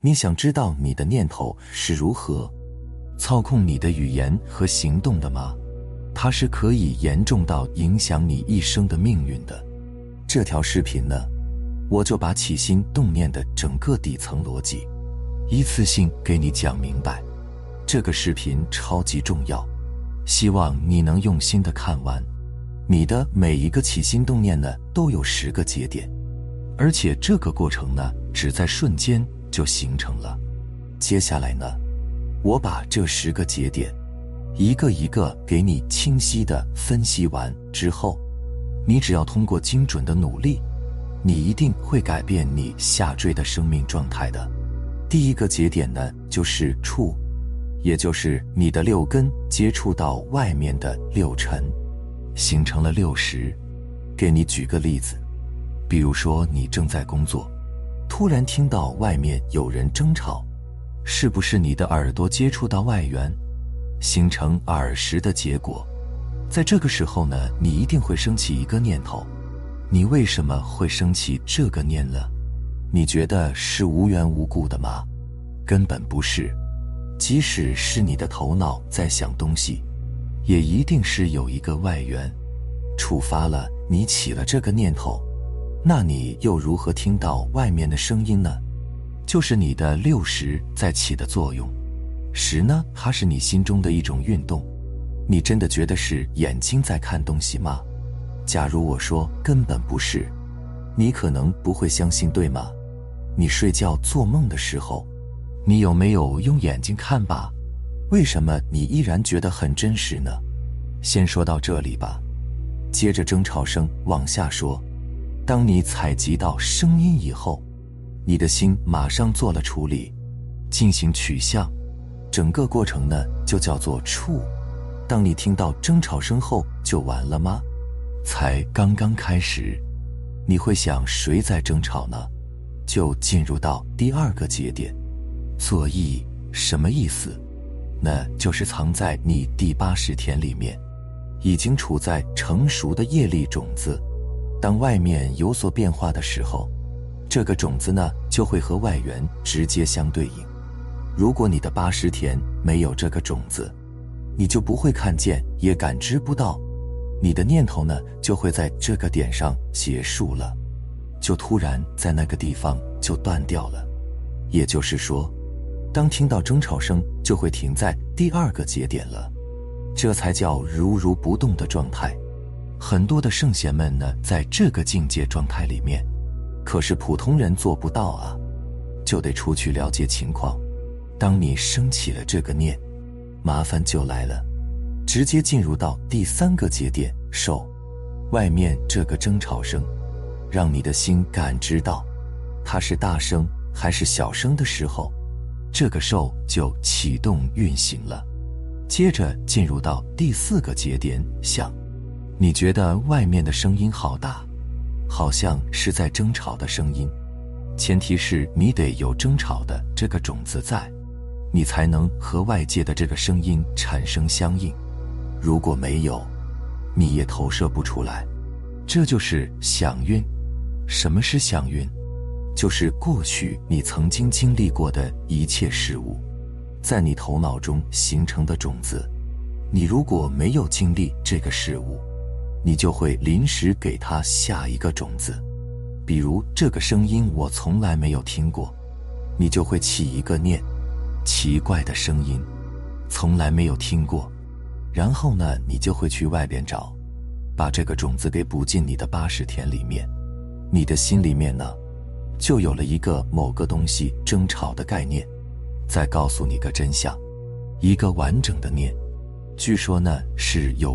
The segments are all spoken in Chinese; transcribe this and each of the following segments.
你想知道你的念头是如何操控你的语言和行动的吗？它是可以严重到影响你一生的命运的。这条视频呢，我就把起心动念的整个底层逻辑一次性给你讲明白。这个视频超级重要，希望你能用心的看完。你的每一个起心动念呢，都有10个节点，而且这个过程呢，只在瞬间就形成了。接下来呢，我把这10个节点一个一个给你清晰的分析完之后，你只要通过精准的努力，你一定会改变你下坠的生命状态的。第一个节点呢，就是触，也就是你的6根接触到外面的6尘，形成了60。给你举个例子，比如说你正在工作，突然听到外面有人争吵，是不是你的耳朵接触到外缘，形成耳识的结果？在这个时候呢，你一定会升起一个念头。你为什么会升起这个念呢？你觉得是无缘无故的吗？根本不是。即使是你的头脑在想东西，也一定是有一个外缘触发了你起了这个念头。那你又如何听到外面的声音呢？就是你的60在起的作用。10呢，它是你心中的一种运动。你真的觉得是眼睛在看东西吗？假如我说根本不是，你可能不会相信，对吗？你睡觉做梦的时候，你有没有用眼睛看吧？为什么你依然觉得很真实呢？先说到这里吧。接着争吵声往下说。当你采集到声音以后，你的心马上做了处理，进行取向。整个过程呢，就叫做触。当你听到争吵声后就完了吗？才刚刚开始。你会想谁在争吵呢？就进入到第2个节点。作意什么意思？那就是藏在你第80天里面，已经处在成熟的业力种子。当外面有所变化的时候，这个种子呢，就会和外缘直接相对应。如果你的80天没有这个种子，你就不会看见，也感知不到。你的念头呢，就会在这个点上结束了，就突然在那个地方就断掉了。也就是说，当听到争吵声，就会停在第2个节点了，这才叫如不动的状态。很多的圣贤们呢，在这个境界状态里面，可是普通人做不到啊，就得出去了解情况。当你升起了这个念，麻烦就来了，直接进入到第3个节点受。外面这个争吵声，让你的心感知到它是大声还是小声的时候，这个受就启动运行了。接着进入到第4个节点想。你觉得外面的声音好大，好像是在争吵的声音。前提是你得有争吵的这个种子在，你才能和外界的这个声音产生相应。如果没有，你也投射不出来。这就是想运。什么是想运？就是过去你曾经经历过的一切事物，在你头脑中形成的种子。你如果没有经历这个事物，你就会临时给它下一个种子。比如这个声音我从来没有听过，你就会起一个念，奇怪的声音，从来没有听过。然后呢，你就会去外边找，把这个种子给补进你的80田里面。你的心里面呢，就有了一个某个东西争吵的概念。再告诉你个真相，一个完整的念，据说呢是有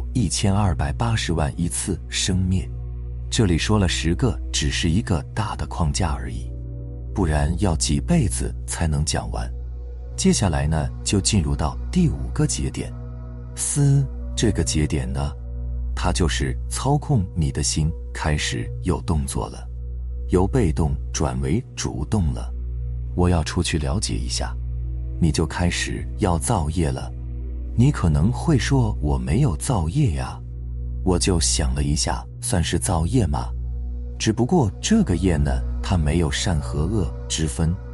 1280万亿次生灭。这里说了10个，只是一个大的框架而已，不然要几辈子才能讲完。接下来呢，就进入到第5个节点思。这个节点呢，它就是操控你的心开始有动作了，由被动转为主动了。我要出去了解一下，你就开始要造业了。你可能会说，我没有造业呀。我就想了一下，算是造业吗？只不过这个业呢，它没有善和恶之分，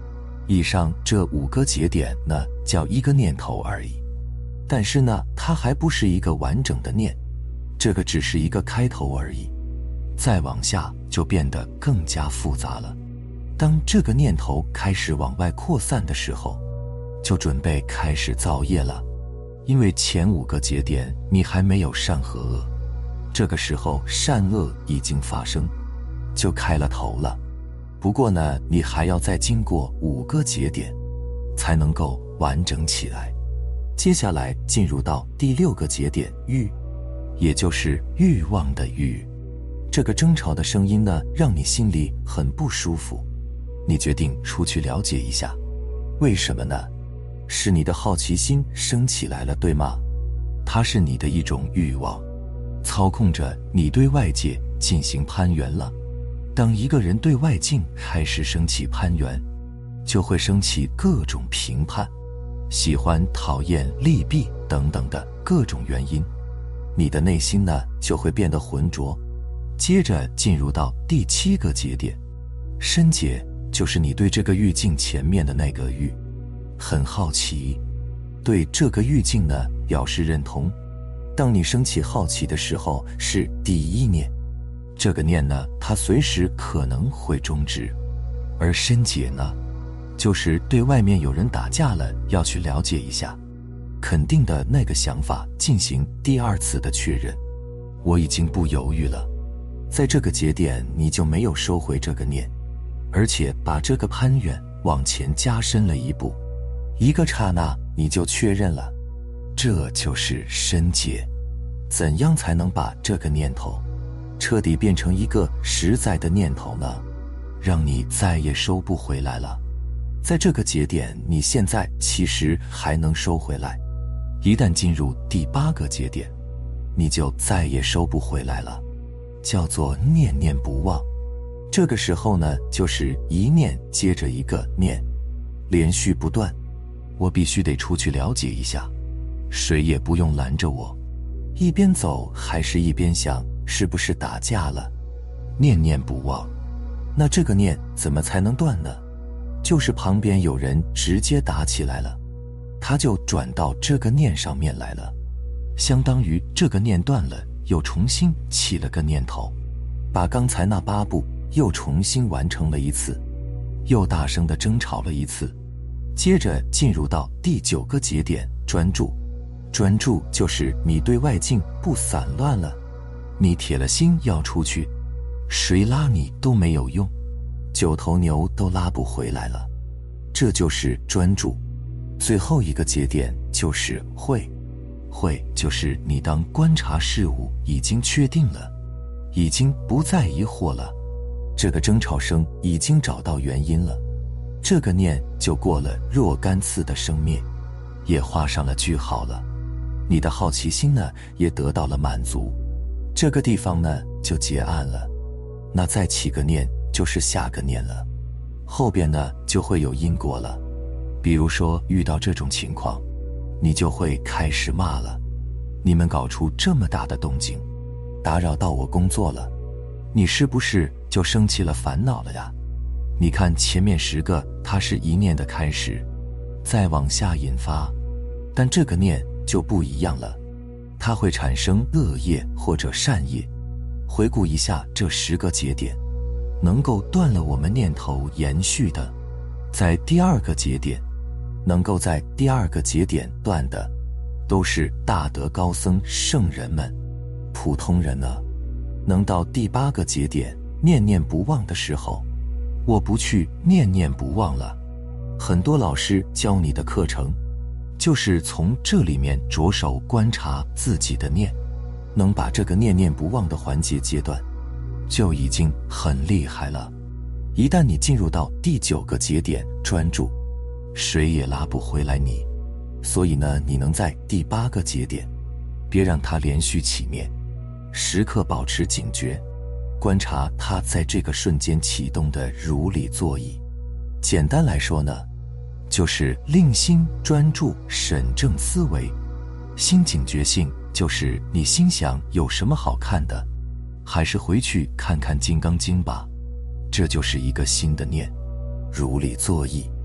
以上这5个节点呢，叫一个念头而已。但是呢，它还不是一个完整的念，这个只是一个开头而已。再往下就变得更加复杂了。当这个念头开始往外扩散的时候，就准备开始造业了。因为前5个节点你还没有善和恶，这个时候善恶已经发生，就开了头了。不过呢，你还要再经过5个节点，才能够完整起来。接下来进入到第6个节点欲，也就是欲望的欲。这个争吵的声音呢，让你心里很不舒服。你决定出去了解一下，为什么呢？是你的好奇心升起来了，对吗？它是你的一种欲望，操控着你对外界进行攀援了。当一个人对外境开始升起攀援，就会升起各种评判、喜欢、讨厌、利弊等等的各种原因。你的内心呢，就会变得浑浊。接着进入到第7个节点，深结，就是你对这个欲境前面的那个欲很好奇，对这个欲境呢表示认同。当你升起好奇的时候，是第1念，这个念呢，它随时可能会终止。而深解呢，就是对外面有人打架了，要去了解一下，肯定的那个想法进行第2次的确认。我已经不犹豫了。在这个节点，你就没有收回这个念，而且把这个攀援往前加深了一步。一个刹那，你就确认了。这就是深解。怎样才能把这个念头彻底变成一个实在的念头呢？让你再也收不回来了。在这个节点，你现在其实还能收回来，一旦进入第8个节点，你就再也收不回来了，叫做念念不忘。这个时候呢，就是一念接着一个念，连续不断。我必须得出去了解一下，谁也不用拦着我，一边走还是一边想是不是打架了，念念不忘。那这个念怎么才能断呢？就是旁边有人直接打起来了，他就转到这个念上面来了，相当于这个念断了，又重新起了个念头，把刚才那8步又重新完成了一次，又大声地争吵了一次。接着进入到第9个节点专注。专注就是你对外境不散乱了，你铁了心要出去，谁拉你都没有用，9头牛都拉不回来了。这就是专注。最后一个节点就是会。会就是你当观察事物已经确定了，已经不再疑惑了，这个争吵声已经找到原因了，这个念就过了若干次的生灭，也画上了句号了。你的好奇心呢，也得到了满足，这个地方呢就结案了。那再起个念就是下个念了，后边呢就会有因果了。比如说遇到这种情况，你就会开始骂了，你们搞出这么大的动静，打扰到我工作了，你是不是就生气了烦恼了呀？你看前面10个它是一念的开始，再往下引发，但这个念就不一样了，它会产生恶业或者善业。回顾一下这10个节点，能够断了我们念头延续的，在第2个节点，能够在第2个节点断的，都是大德高僧圣人们。普通人呢，能到第8个节点念念不忘的时候，我不去念念不忘了。很多老师教你的课程，就是从这里面着手观察自己的念，能把这个念念不忘的环节阶段，就已经很厉害了。一旦你进入到第9个节点专注，谁也拉不回来你。所以呢，你能在第8个节点，别让它连续起灭，时刻保持警觉，观察它在这个瞬间启动的如理作意。简单来说呢，就是令心专注审正思维。心警觉性就是你心想有什么好看的，还是回去看看《金刚经》吧。这就是一个新的念，如理作意。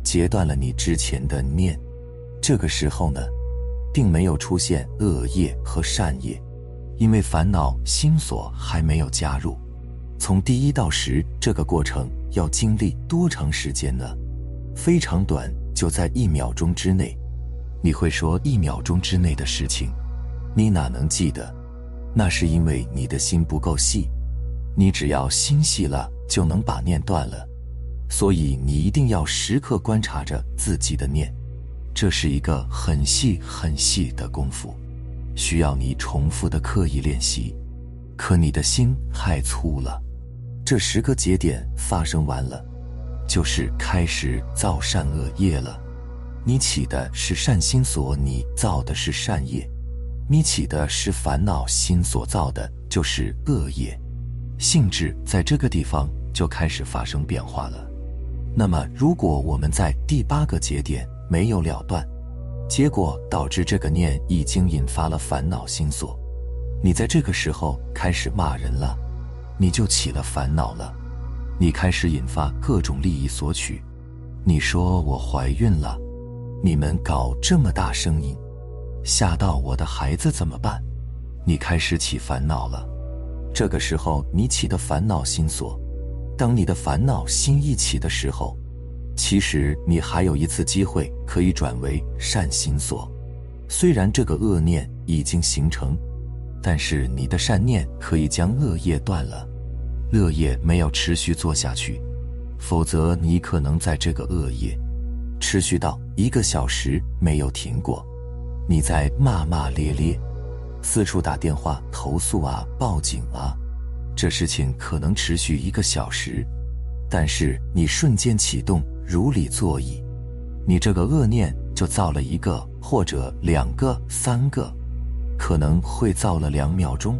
截断了你之前的念。这个时候呢，并没有出现恶业和善业，因为烦恼心所还没有加入。从第1到10这个过程要经历多长时间呢？非常短，就在1秒钟之内。你会说1秒钟之内的事情，你哪能记得？那是因为你的心不够细，你只要心细了，就能把念断了。所以你一定要时刻观察着自己的念，这是一个很细很细的功夫，需要你重复的刻意练习。可你的心太粗了，这10个节点发生完了，就是开始造善恶业了。你起的是善心所，你造的是善业；你起的是烦恼心所造的就是恶业，性质在这个地方就开始发生变化了。那么如果我们在第8个节点没有了断，结果导致这个念已经引发了烦恼心所，你在这个时候开始骂人了，你就起了烦恼了，你开始引发各种利益索取。你说我怀孕了，你们搞这么大声音，吓到我的孩子怎么办？你开始起烦恼了。这个时候你起的烦恼心所，当你的烦恼心一起的时候，其实你还有一次机会可以转为善心所。虽然这个恶念已经形成，但是你的善念可以将恶业断了，恶业没有持续做下去，否则你可能在这个恶业持续到1个小时没有停过，你在骂骂咧咧，四处打电话投诉啊，报警啊，这事情可能持续1个小时，但是你瞬间启动如理作意，你这个恶念就造了1个或者2个3个，可能会造了2秒钟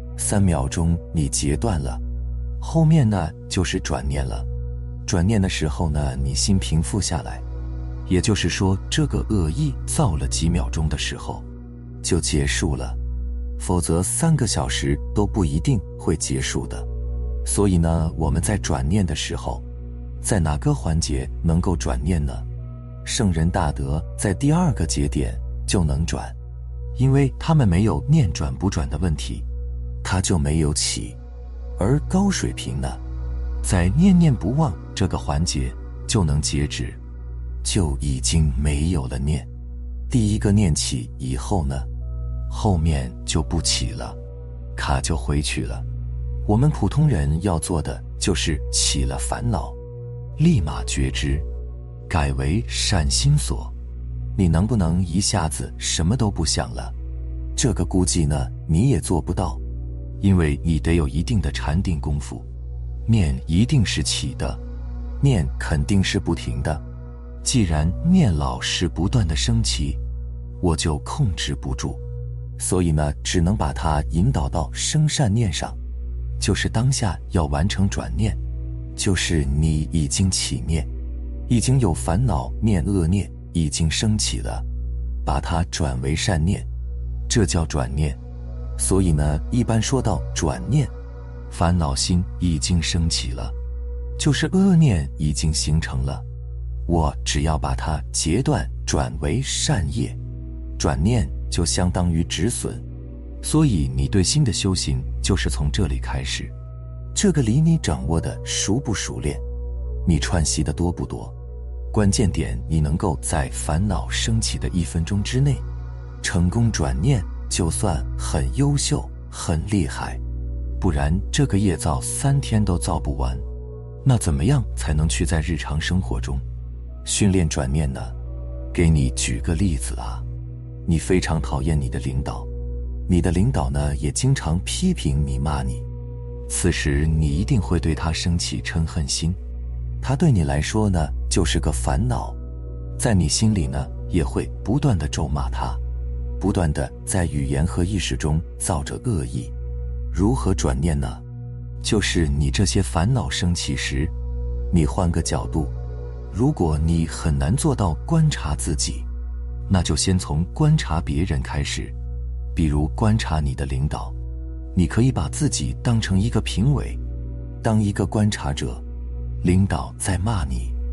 3秒钟，你截断了。后面呢就是转念了，转念的时候呢，你心平复下来，也就是说这个恶意造了几秒钟的时候就结束了，否则3个小时都不一定会结束的。所以呢，我们在转念的时候，在哪个环节能够转念呢？圣人大德在第2个节点就能转，因为他们没有念转不转的问题，他就没有起。而高水平呢，在念念不忘这个环节就能截止，就已经没有了念。第1个念起以后呢，后面就不起了，卡就回去了。我们普通人要做的就是起了烦恼，立马觉知，改为善心所。你能不能一下子什么都不想了？这个估计呢，你也做不到，因为你得有一定的禅定功夫。念一定是起的，念肯定是不停的。既然念老是不断的升起，我就控制不住，所以呢，只能把它引导到生善念上，就是当下要完成转念，就是你已经起念，已经有烦恼念恶念已经升起了，把它转为善念，这叫转念。所以呢，一般说到转念，烦恼心已经升起了，就是恶念已经形成了，我只要把它截断转为善业，转念就相当于止损。所以你对心的修行就是从这里开始，这个离你掌握的熟不熟练，你串习的多不多，关键点你能够在烦恼升起的1分钟之内成功转念，就算很优秀很厉害，不然这个业造3天都造不完。那怎么样才能去在日常生活中训练转念呢？给你举个例子啊，你非常讨厌你的领导，你的领导呢也经常批评你骂你，此时你一定会对他升起嗔恨心，他对你来说呢就是个烦恼，在你心里呢也会不断地咒骂他，不断地在语言和意识中造着恶意。如何转念呢？就是你这些烦恼升起时，你换个角度，如果你很难做到观察自己，那就先从观察别人开始。比如观察你的领导，你可以把自己当成一个评委，当一个观察者，领导在骂你，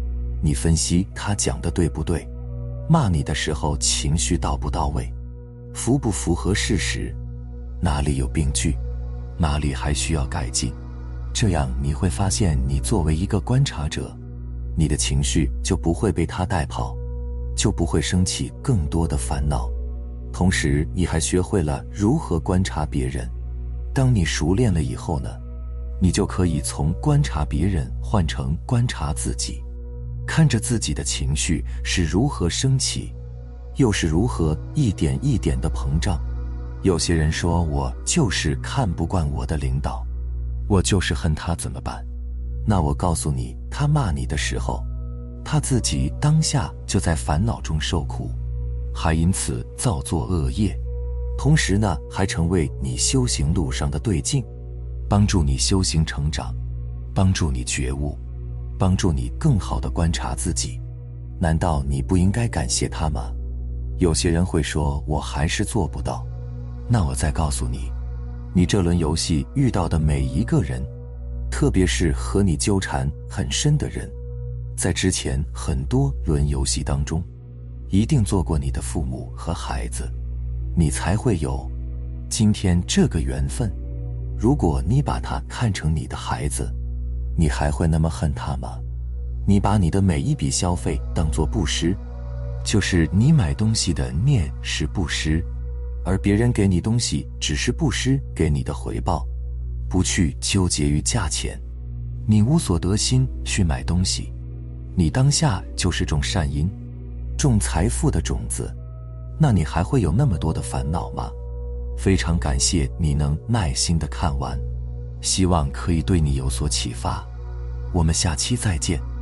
你分析他讲的对不对，骂你的时候情绪到不到位，符不符合事实，哪里有病句，哪里还需要改进。这样你会发现，你作为一个观察者，你的情绪就不会被他带跑，就不会升起更多的烦恼。同时你还学会了如何观察别人。当你熟练了以后呢，你就可以从观察别人换成观察自己，看着自己的情绪是如何升起，又是如何一点一点的膨胀。有些人说，我就是看不惯我的领导，我就是恨他，怎么办？那我告诉你，他骂你的时候，他自己当下就在烦恼中受苦，还因此造作恶业，同时呢，还成为你修行路上的对镜，帮助你修行成长，帮助你觉悟，帮助你更好地观察自己。难道你不应该感谢他吗？有些人会说，我还是做不到。那我再告诉你，你这轮游戏遇到的每一个人，特别是和你纠缠很深的人，在之前很多轮游戏当中，一定做过你的父母和孩子，你才会有今天这个缘分。如果你把他看成你的孩子，你还会那么恨他吗？你把你的每一笔消费当作布施，就是你买东西的念是布施，而别人给你东西只是布施给你的回报，不去纠结于价钱。你无所得心去买东西，你当下就是种善因，种财富的种子，那你还会有那么多的烦恼吗？非常感谢你能耐心地看完，希望可以对你有所启发。我们下期再见。